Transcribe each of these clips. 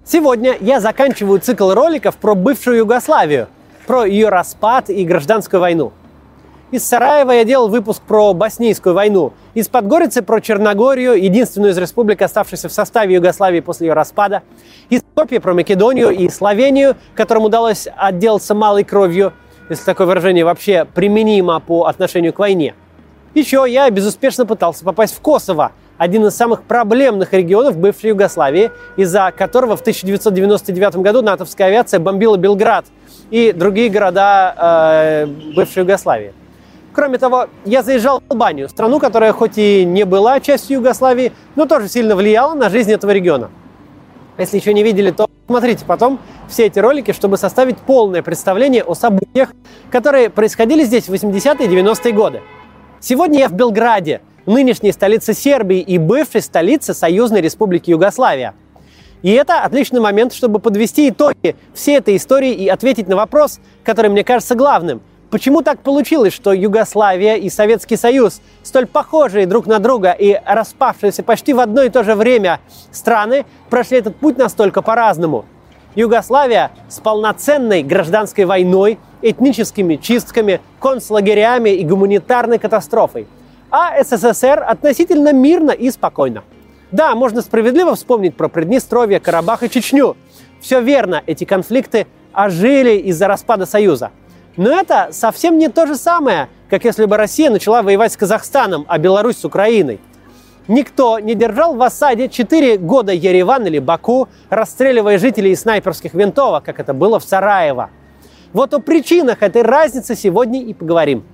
Сегодня я заканчиваю цикл роликов про бывшую Югославию, про ее распад и гражданскую войну. Из Сараева я делал выпуск про Боснийскую войну, из Подгорицы про Черногорию, единственную из республик, оставшуюся в составе Югославии после ее распада, из Скопья про Македонию и Словению, которым удалось отделаться малой кровью, если такое выражение вообще применимо по отношению к войне. Еще я безуспешно пытался попасть в Косово, один из самых проблемных регионов бывшей Югославии, из-за которого в 1999 году натовская авиация бомбила Белград и другие города бывшей Югославии. Кроме того, я заезжал в Албанию, страну, которая хоть и не была частью Югославии, но тоже сильно влияла на жизнь этого региона. Если еще не видели, то смотрите потом все эти ролики, чтобы составить полное представление о событиях, которые происходили здесь в 80-е и 90-е годы. Сегодня я в Белграде, нынешней столице Сербии и бывшей столице Союзной Республики Югославия. И это отличный момент, чтобы подвести итоги всей этой истории и ответить на вопрос, который мне кажется главным. Почему так получилось, что Югославия и Советский Союз, столь похожие друг на друга и распавшиеся почти в одно и то же время страны, прошли этот путь настолько по-разному? Югославия с полноценной гражданской войной, этническими чистками, концлагерями и гуманитарной катастрофой. А СССР относительно мирно и спокойно. Да, можно справедливо вспомнить про Приднестровье, Карабах и Чечню. Все верно, эти конфликты ожили из-за распада Союза. Но это совсем не то же самое, как если бы Россия начала воевать с Казахстаном, а Беларусь с Украиной. Никто не держал в осаде 4 года Ереван или Баку, расстреливая жителей из снайперских винтовок, как это было в Сараево. Вот о причинах этой разницы сегодня и поговорим.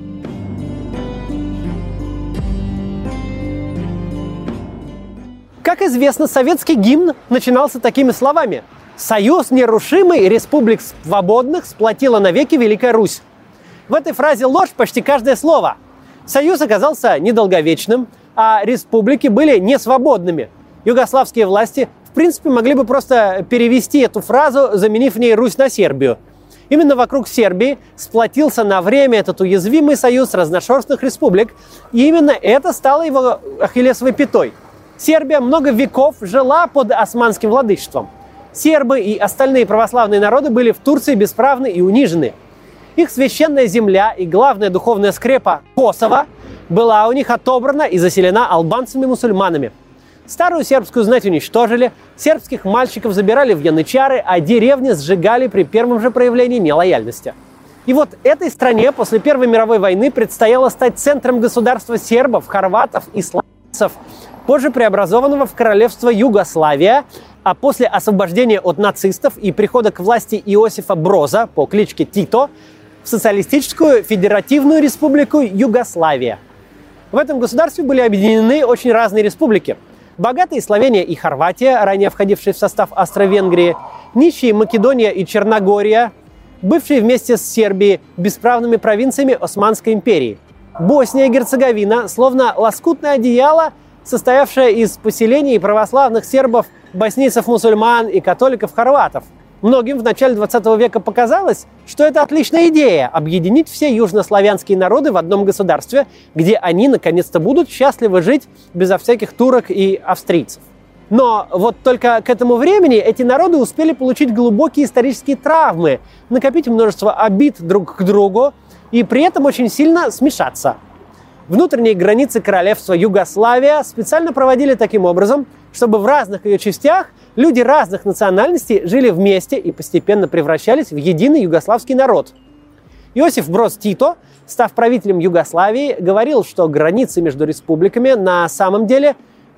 Как известно, советский гимн начинался такими словами: «Союз нерушимый республик свободных сплотила навеки Великая Русь». В этой фразе ложь почти каждое слово. Союз оказался недолговечным, а республики были несвободными. Югославские власти, в принципе, могли бы просто перевести эту фразу, заменив в ней Русь на Сербию. Именно вокруг Сербии сплотился на время этот уязвимый союз разношерстных республик, и именно это стало его ахиллесовой пятой. Сербия много веков жила под османским владычеством. Сербы и остальные православные народы были в Турции бесправны и унижены. Их священная земля и главная духовная скрепа Косово была у них отобрана и заселена албанцами-мусульманами. Старую сербскую знать уничтожили, сербских мальчиков забирали в янычары, а деревни сжигали при первом же проявлении нелояльности. И вот этой стране после Первой мировой войны предстояло стать центром государства сербов, хорватов и славянцев, позже преобразованного в королевство Югославия, а после освобождения от нацистов и прихода к власти Иосифа Броза по кличке Тито в социалистическую федеративную республику Югославия. В этом государстве были объединены очень разные республики. Богатые Словения и Хорватия, ранее входившие в состав Австро-Венгрии, нищие Македония и Черногория, бывшие вместе с Сербией бесправными провинциями Османской империи. Босния и Герцеговина, словно лоскутное одеяло, состоявшая из поселений православных сербов, боснийцев-мусульман и католиков-хорватов. Многим в начале 20 века показалось, что это отличная идея – объединить все южнославянские народы в одном государстве, где они наконец-то будут счастливо жить безо всяких турок и австрийцев. Но вот только к этому времени эти народы успели получить глубокие исторические травмы, накопить множество обид друг к другу и при этом очень сильно смешаться. Внутренние границы королевства Югославия специально проводили таким образом, чтобы в разных ее частях люди разных национальностей жили вместе и постепенно превращались в единый югославский народ. Иосиф Броз Тито, став правителем Югославии, говорил, что границы между республиками на самом деле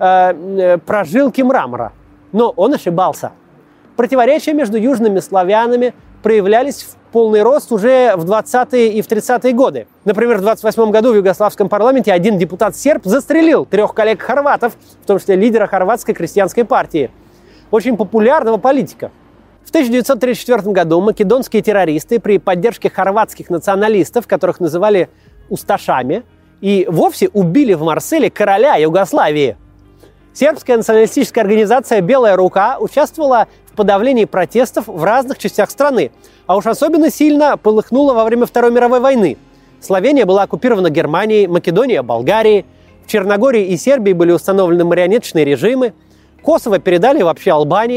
прожилки мрамора. Но он ошибался. Противоречия между южными славянами проявлялись в полный рост уже в 20-е и в 30-е годы. Например, в 28 году в югославском парламенте один депутат-серб застрелил 3 коллег-хорватов, в том числе лидера хорватской крестьянской партии, очень популярного политика. В 1934 году македонские террористы при поддержке хорватских националистов, которых называли усташами, и вовсе убили в Марселе короля Югославии. Сербская националистическая организация «Белая рука» участвовала в подавлении протестов в разных частях страны, а уж особенно сильно полыхнула во время Второй мировой войны. Словения была оккупирована Германией, Македония – Болгарией, в Черногории и Сербии были установлены марионеточные режимы, Косово передали вообще Албании,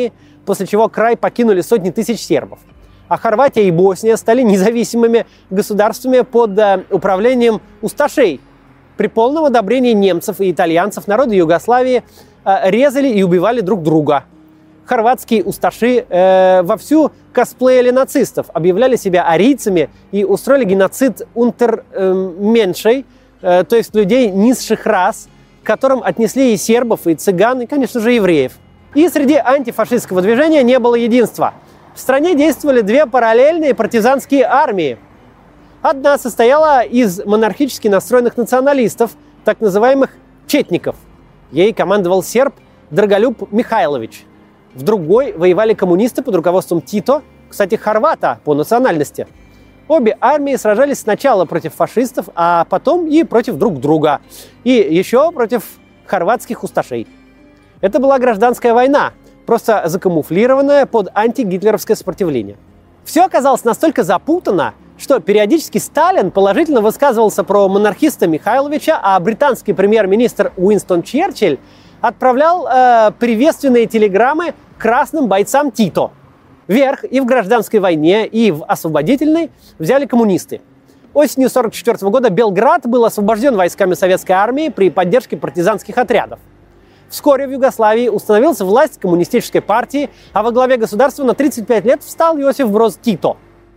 после чего край покинули сотни тысяч сербов. А Хорватия и Босния стали независимыми государствами под управлением усташей. При полном одобрении немцев и итальянцев народы Югославии резали и убивали друг друга. Хорватские усташи вовсю косплеили нацистов, объявляли себя арийцами и устроили геноцид унтерменшей, то есть людей низших рас, к которым отнесли и сербов, и цыган, и, конечно же, евреев. И среди антифашистского движения не было единства. В стране действовали две параллельные партизанские армии. Одна состояла из монархически настроенных националистов, так называемых четников. Ей командовал серб Драголюб Михайлович. В другой воевали коммунисты под руководством Тито, кстати, хорвата по национальности. Обе армии сражались сначала против фашистов, а потом и против друг друга. И еще против хорватских усташей. Это была гражданская война, просто закамуфлированная под антигитлеровское сопротивление. Все оказалось настолько запутанно, что периодически Сталин положительно высказывался про монархиста Михайловича, а британский премьер-министр Уинстон Черчилль отправлял приветственные телеграммы красным бойцам Тито. Верх и в гражданской войне, и в освободительной взяли коммунисты. Осенью 1944 года Белград был освобожден войсками советской армии при поддержке партизанских отрядов. Вскоре в Югославии установилась власть коммунистической партии, а во главе государства на 35 лет встал Иосиф Броз Тито.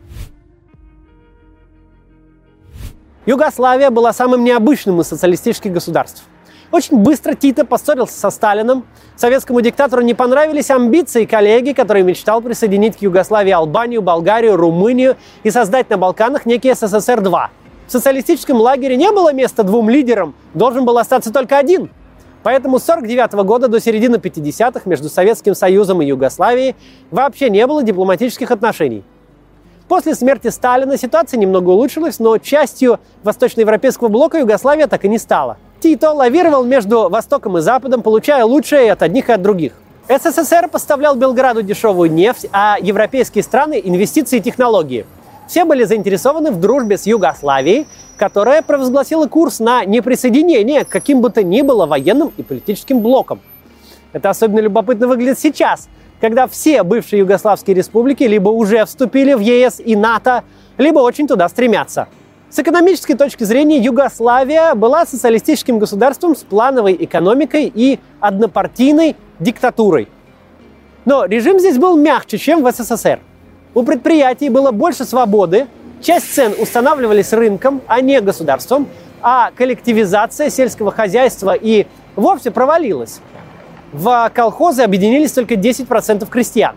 Югославия была самым необычным из социалистических государств. Очень быстро Тито поссорился со Сталиным. Советскому диктатору не понравились амбиции коллеги, который мечтал присоединить к Югославии Албанию, Болгарию, Румынию и создать на Балканах некий СССР-2. В социалистическом лагере не было места двум лидерам, должен был остаться только один. Поэтому с 1949 года до середины 50-х между Советским Союзом и Югославией вообще не было дипломатических отношений. После смерти Сталина ситуация немного улучшилась, но частью восточноевропейского блока Югославия так и не стала. Тито лавировал между Востоком и Западом, получая лучшее и от одних, и от других. СССР поставлял Белграду дешевую нефть, а европейские страны – инвестиции и технологии. Все были заинтересованы в дружбе с Югославией, которая провозгласила курс на неприсоединение к каким бы то ни было военным и политическим блокам. Это особенно любопытно выглядит сейчас, когда все бывшие югославские республики либо уже вступили в ЕС и НАТО, либо очень туда стремятся. С экономической точки зрения Югославия была социалистическим государством с плановой экономикой и однопартийной диктатурой. Но режим здесь был мягче, чем в СССР. У предприятий было больше свободы, часть цен устанавливались рынком, а не государством, а коллективизация сельского хозяйства и вовсе провалилась. В колхозы объединились только 10% крестьян.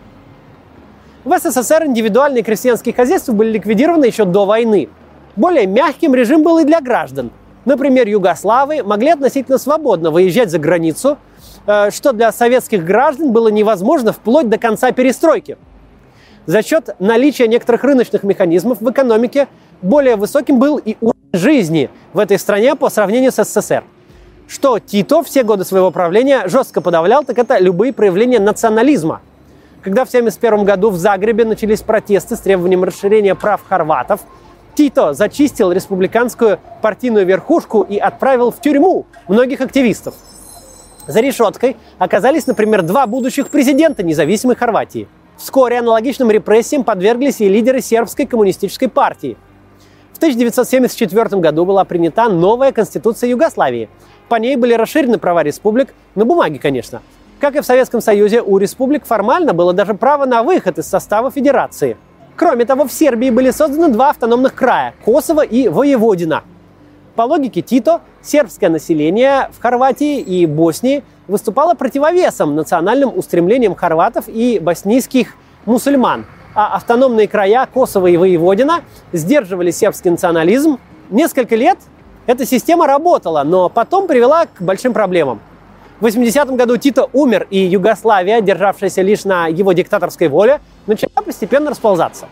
В СССР индивидуальные крестьянские хозяйства были ликвидированы еще до войны. Более мягким режим был и для граждан. Например, югославы могли относительно свободно выезжать за границу, что для советских граждан было невозможно вплоть до конца перестройки. За счет наличия некоторых рыночных механизмов в экономике более высоким был и уровень жизни в этой стране по сравнению с СССР. Что Тито все годы своего правления жестко подавлял, так это любые проявления национализма. Когда в 1971 году в Загребе начались протесты с требованием расширения прав хорватов, Тито зачистил республиканскую партийную верхушку и отправил в тюрьму многих активистов. За решеткой оказались, например, два будущих президента независимой Хорватии. Вскоре аналогичным репрессиям подверглись и лидеры сербской коммунистической партии. В 1974 году была принята новая конституция Югославии. По ней были расширены права республик, на бумаге, конечно. Как и в Советском Союзе, у республик формально было даже право на выход из состава федерации. Кроме того, в Сербии были созданы два автономных края – Косово и Воеводина. По логике Тито, сербское население в Хорватии и Боснии выступало противовесом национальным устремлениям хорватов и боснийских мусульман, а автономные края Косово и Воеводина сдерживали сербский национализм. Несколько лет эта система работала, но потом привела к большим проблемам. В 80-м году Тито умер, и Югославия, державшаяся лишь на его диктаторской воле, начала постепенно расползаться.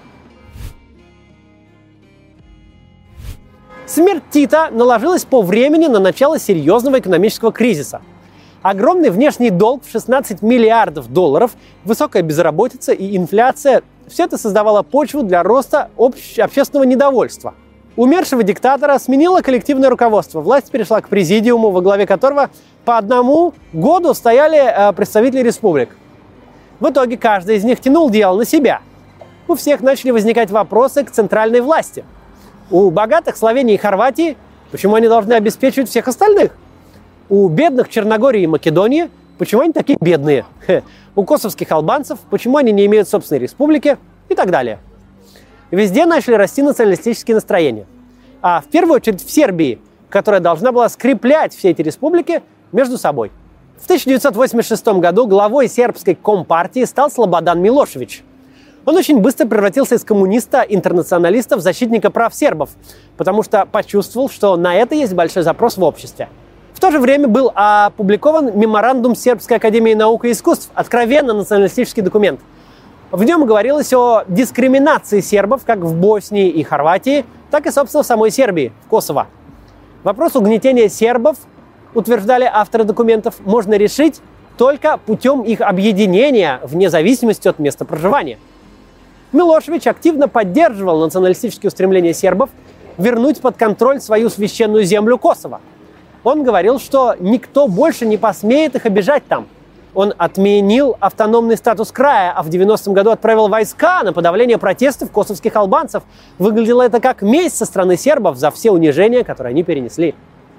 Смерть Тита наложилась по времени на начало серьезного экономического кризиса. Огромный внешний долг в 16 миллиардов долларов, высокая безработица и инфляция – все это создавало почву для роста общественного недовольства. Умершего диктатора сменило коллективное руководство. Власть перешла к президиуму, во главе которого по одному году стояли представители республик. В итоге каждый из них тянул дело на себя. У всех начали возникать вопросы к центральной власти. У богатых Словении и Хорватии, почему они должны обеспечивать всех остальных? У бедных Черногории и Македонии, почему они такие бедные? У косовских албанцев, почему они не имеют собственной республики? И так далее. Везде начали расти националистические настроения. А в первую очередь в Сербии, которая должна была скреплять все эти республики между собой. В 1986 году главой сербской компартии стал Слободан Милошевич. Он очень быстро превратился из коммуниста-интернационалиста в защитника прав сербов, потому что почувствовал, что на это есть большой запрос в обществе. В то же время был опубликован меморандум Сербской академии наук и искусств, откровенно националистический документ. В нем говорилось о дискриминации сербов как в Боснии и Хорватии, так и, собственно, в самой Сербии, в Косово. Вопрос угнетения сербов, утверждали авторы документов, можно решить только путем их объединения вне зависимости от места проживания. Милошевич активно поддерживал националистические устремления сербов вернуть под контроль свою священную землю Косово. Он говорил, что никто больше не посмеет их обижать там. Он отменил автономный статус края, а в 90-м году отправил войска на подавление протестов косовских албанцев. Выглядело это как месть со стороны сербов за все унижения, которые они перенесли.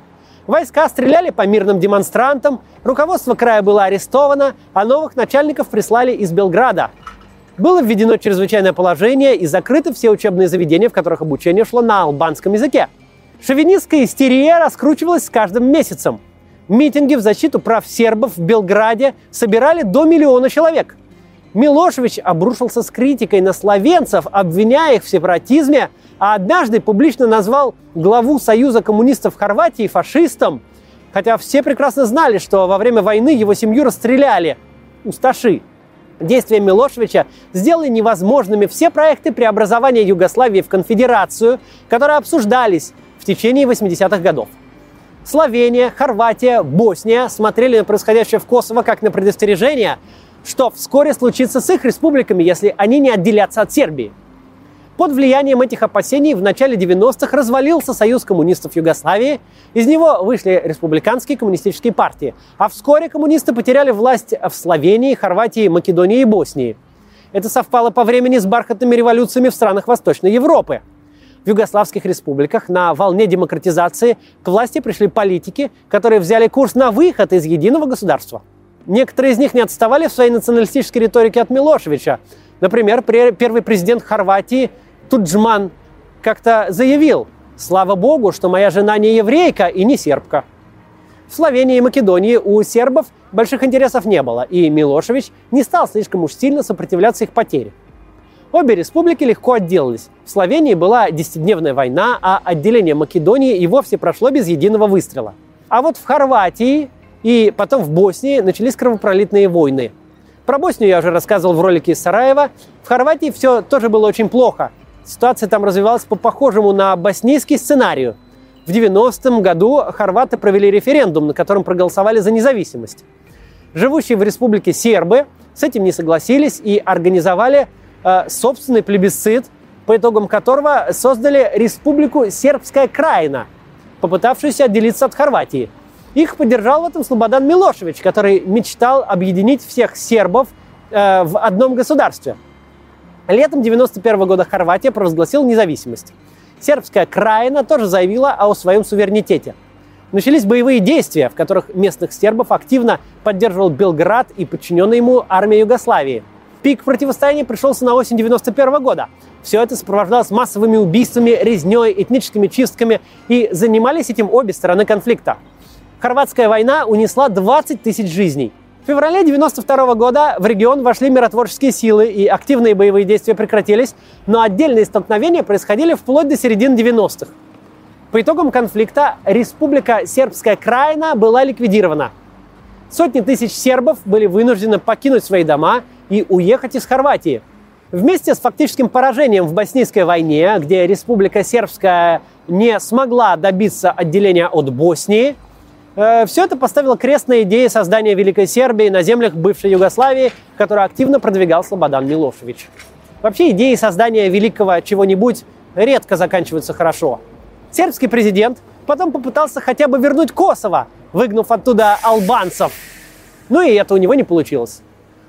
Войска стреляли по мирным демонстрантам, руководство края было арестовано, а новых начальников прислали из Белграда. Было введено чрезвычайное положение и закрыты все учебные заведения, в которых обучение шло на албанском языке. Шовинистская истерия раскручивалась с каждым месяцем. Митинги в защиту прав сербов в Белграде собирали до 1 миллиона человек. Милошевич обрушился с критикой на словенцев, обвиняя их в сепаратизме, а однажды публично назвал главу Союза коммунистов Хорватии фашистом, хотя все прекрасно знали, что во время войны его семью расстреляли. Усташи. Действия Милошевича сделали невозможными все проекты преобразования Югославии в конфедерацию, которые обсуждались в течение 80-х годов. Словения, Хорватия, Босния смотрели на происходящее в Косово как на предостережение, что вскоре случится с их республиками, если они не отделятся от Сербии. Под влиянием этих опасений в начале 90-х развалился Союз коммунистов Югославии, из него вышли республиканские коммунистические партии, а вскоре коммунисты потеряли власть в Словении, Хорватии, Македонии и Боснии. Это совпало по времени с бархатными революциями в странах Восточной Европы. В югославских республиках на волне демократизации к власти пришли политики, которые взяли курс на выход из единого государства. Некоторые из них не отставали в своей националистической риторике от Милошевича. Например, первый президент Хорватии Туджман как-то заявил: «Слава богу, что моя жена не еврейка и не сербка». В Словении и Македонии у сербов больших интересов не было, и Милошевич не стал слишком уж сильно сопротивляться их потере. Обе республики легко отделались. В Словении была 10-дневная война, а отделение Македонии и вовсе прошло без единого выстрела. А вот в Хорватии и потом в Боснии начались кровопролитные войны. Про Боснию я уже рассказывал в ролике из Сараева. В Хорватии все тоже было очень плохо. Ситуация там развивалась по похожему на боснийский сценарию. В 90-м году хорваты провели референдум, на котором проголосовали за независимость. Живущие в республике сербы с этим не согласились и организовали собственный плебисцит, по итогам которого создали республику Сербская Краина, попытавшуюся отделиться от Хорватии. Их поддержал в этом Слободан Милошевич, который мечтал объединить всех сербов в одном государстве. Летом 1991 года Хорватия провозгласила независимость. Сербская Краина тоже заявила о своем суверенитете. Начались боевые действия, в которых местных сербов активно поддерживал Белград и подчиненная ему армия Югославии. Пик противостояния пришелся на осень 1991 года. Все это сопровождалось массовыми убийствами, резней, этническими чистками, и занимались этим обе стороны конфликта. Хорватская война унесла 20 тысяч жизней. В феврале 1992 года в регион вошли миротворческие силы, и активные боевые действия прекратились, но отдельные столкновения происходили вплоть до середины 90-х. По итогам конфликта Республика Сербская Краина была ликвидирована. Сотни тысяч сербов были вынуждены покинуть свои дома и уехать из Хорватии. Вместе с фактическим поражением в Боснийской войне, где Республика Сербская не смогла добиться отделения от Боснии, все это поставило крест на идее создания Великой Сербии на землях бывшей Югославии, которую активно продвигал Слободан Милошевич. Вообще идеи создания великого чего-нибудь редко заканчиваются хорошо. Сербский президент потом попытался хотя бы вернуть Косово, выгнав оттуда албанцев. Ну и это у него не получилось.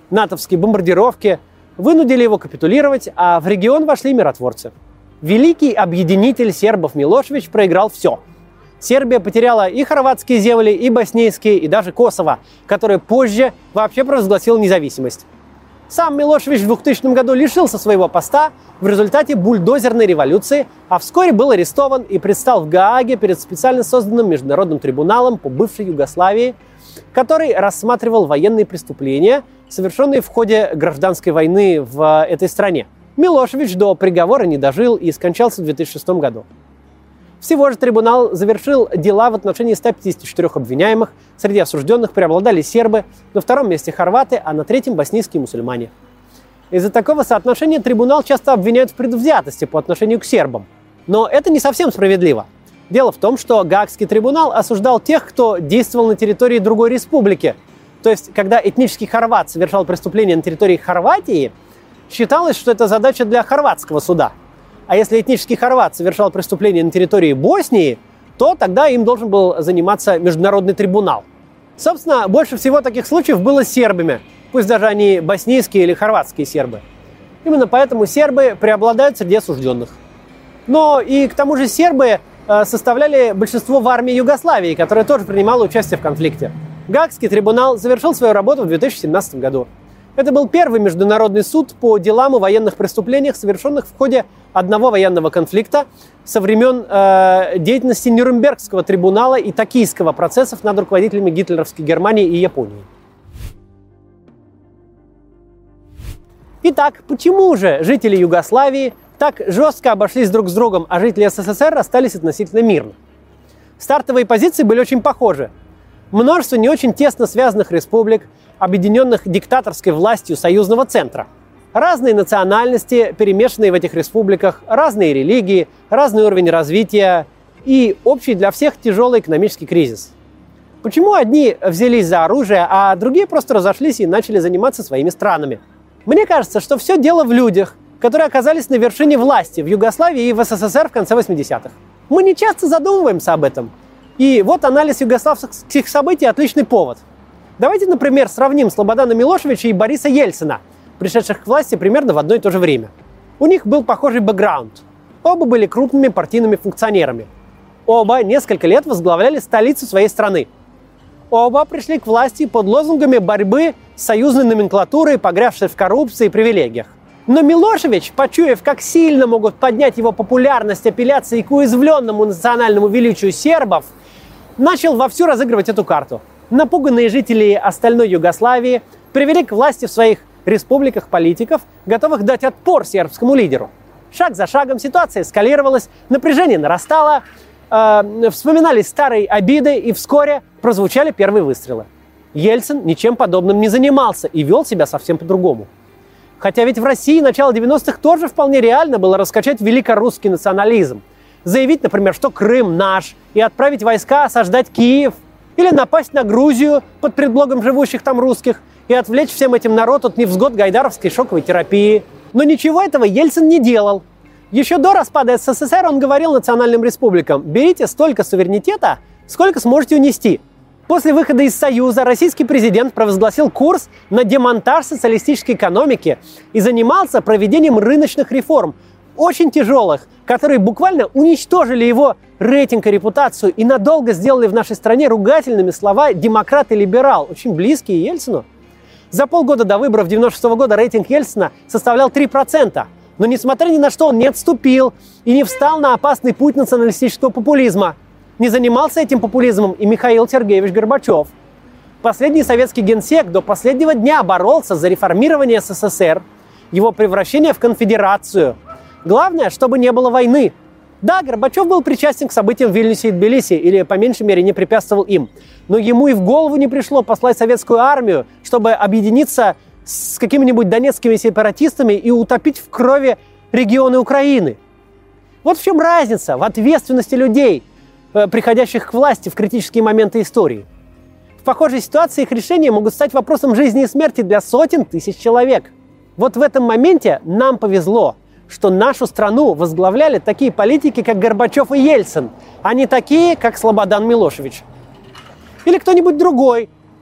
натовские бомбардировки вынудили его капитулировать, а в регион вошли миротворцы. Великий объединитель сербов Милошевич проиграл все. Сербия потеряла и хорватские земли, и боснийские, и даже Косово, которое позже вообще провозгласило независимость. Сам Милошевич в 2000 году лишился своего поста в результате бульдозерной революции, а вскоре был арестован и предстал в Гааге перед специально созданным международным трибуналом по бывшей Югославии, который рассматривал военные преступления, совершенные в ходе гражданской войны в этой стране. Милошевич до приговора не дожил и скончался в 2006 году. Всего же трибунал завершил дела в отношении 154 обвиняемых. Среди осужденных преобладали сербы, на втором месте хорваты, а на третьем боснийские мусульмане. Из-за такого соотношения трибунал часто обвиняют в предвзятости по отношению к сербам. Но это не совсем справедливо. Дело в том, что Гаагский трибунал осуждал тех, кто действовал на территории другой республики. То есть, когда этнический хорват совершал преступление на территории Хорватии, считалось, что это задача для хорватского суда. А если этнический хорват совершал преступление на территории Боснии, то тогда им должен был заниматься международный трибунал. Собственно, больше всего таких случаев было с сербами, пусть даже они боснийские или хорватские сербы. Именно поэтому сербы преобладают среди осужденных. Но и к тому же сербы составляли большинство в армии Югославии, которая тоже принимала участие в конфликте. Гаагский трибунал завершил свою работу в 2017 году. Это был первый международный суд по делам о военных преступлениях, совершенных в ходе одного военного конфликта со времен деятельности Нюрнбергского трибунала и Токийского процессов над руководителями гитлеровской Германии и Японии. Итак, почему же жители Югославии так жестко обошлись друг с другом, а жители СССР остались относительно мирно? Стартовые позиции были очень похожи. Множество не очень тесно связанных республик, объединенных диктаторской властью союзного центра. Разные национальности, перемешанные в этих республиках, разные религии, разный уровень развития и общий для всех тяжелый экономический кризис. Почему одни взялись за оружие, а другие просто разошлись и начали заниматься своими странами? Мне кажется, что все дело в людях, которые оказались на вершине власти в Югославии и в СССР в конце 80-х. Мы не часто задумываемся об этом. И вот анализ югославских событий – отличный повод. Давайте, например, сравним Слободана Милошевича и Бориса Ельцина, пришедших к власти примерно в одно и то же время. У них был похожий бэкграунд. Оба были крупными партийными функционерами. Оба несколько лет возглавляли столицу своей страны. Оба пришли к власти под лозунгами борьбы с союзной номенклатурой, погрязшей в коррупции и привилегиях. Но Милошевич, почуяв, как сильно могут поднять его популярность апелляции к уязвленному национальному величию сербов, начал вовсю разыгрывать эту карту. Напуганные жители остальной Югославии привели к власти в своих республиках политиков, готовых дать отпор сербскому лидеру. Шаг за шагом ситуация эскалировалась, напряжение нарастало, вспоминались старые обиды, и вскоре прозвучали первые выстрелы. Ельцин ничем подобным не занимался и вел себя совсем по-другому. Хотя ведь в России начала 90-х тоже вполне реально было раскачать великорусский национализм. Заявить, например, что Крым наш, и отправить войска осаждать Киев, или напасть на Грузию под предлогом живущих там русских и отвлечь всем этим народ от невзгод гайдаровской шоковой терапии. Но ничего этого Ельцин не делал. Еще до распада СССР он говорил национальным республикам: берите столько суверенитета, сколько сможете унести. После выхода из Союза российский президент провозгласил курс на демонтаж социалистической экономики и занимался проведением рыночных реформ, очень тяжелых, которые буквально уничтожили его рейтинг и репутацию и надолго сделали в нашей стране ругательными слова «демократ» и «либерал», очень близкие Ельцину. За полгода до выборов 1996 года рейтинг Ельцина составлял 3%. Но несмотря ни на что он не отступил и не встал на опасный путь националистического популизма. Не занимался этим популизмом и Михаил Сергеевич Горбачев. Последний советский генсек до последнего дня боролся за реформирование СССР, его превращение в конфедерацию. Главное, чтобы не было войны. Да, Горбачев был причастен к событиям в Вильнюсе и Тбилиси, или по меньшей мере не препятствовал им. Но ему и в голову не пришло послать советскую армию, чтобы объединиться с какими-нибудь донецкими сепаратистами и утопить в крови регионы Украины. Вот в чем разница в ответственности людей, приходящих к власти в критические моменты истории. В похожей ситуации их решения могут стать вопросом жизни и смерти для сотен тысяч человек. Вот в этом моменте нам повезло, что нашу страну возглавляли такие политики, как Горбачев и Ельцин, а не такие, как Слободан Милошевич. Или кто-нибудь другой,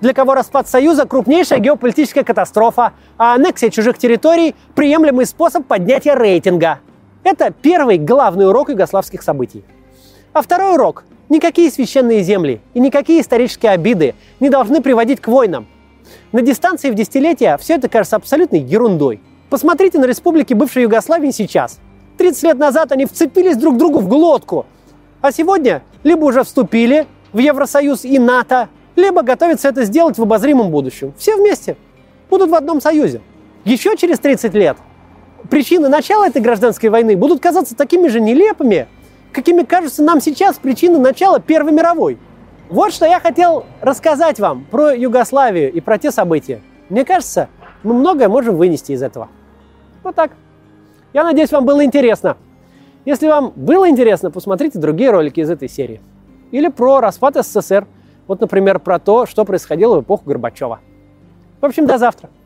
для кого распад Союза – крупнейшая геополитическая катастрофа, а аннексия чужих территорий – приемлемый способ поднятия рейтинга. Это первый главный урок югославских событий. А второй урок – никакие священные земли и никакие исторические обиды не должны приводить к войнам. На дистанции в десятилетия все это кажется абсолютной ерундой. Посмотрите на республики бывшей Югославии сейчас. 30 лет назад они вцепились друг другу в глотку. А сегодня либо уже вступили в Евросоюз и НАТО, либо готовятся это сделать в обозримом будущем. Все вместе будут в одном союзе. Еще через 30 лет причины начала этой гражданской войны будут казаться такими же нелепыми, какими кажутся нам сейчас причины начала Первой мировой. Вот что я хотел рассказать вам про Югославию и про те события. Мне кажется, мы многое можем вынести из этого. Вот так. Я надеюсь, вам было интересно. Если вам было интересно, посмотрите другие ролики из этой серии. Или про распад СССР. Вот, например, про то, что происходило в эпоху Горбачева. В общем, до завтра.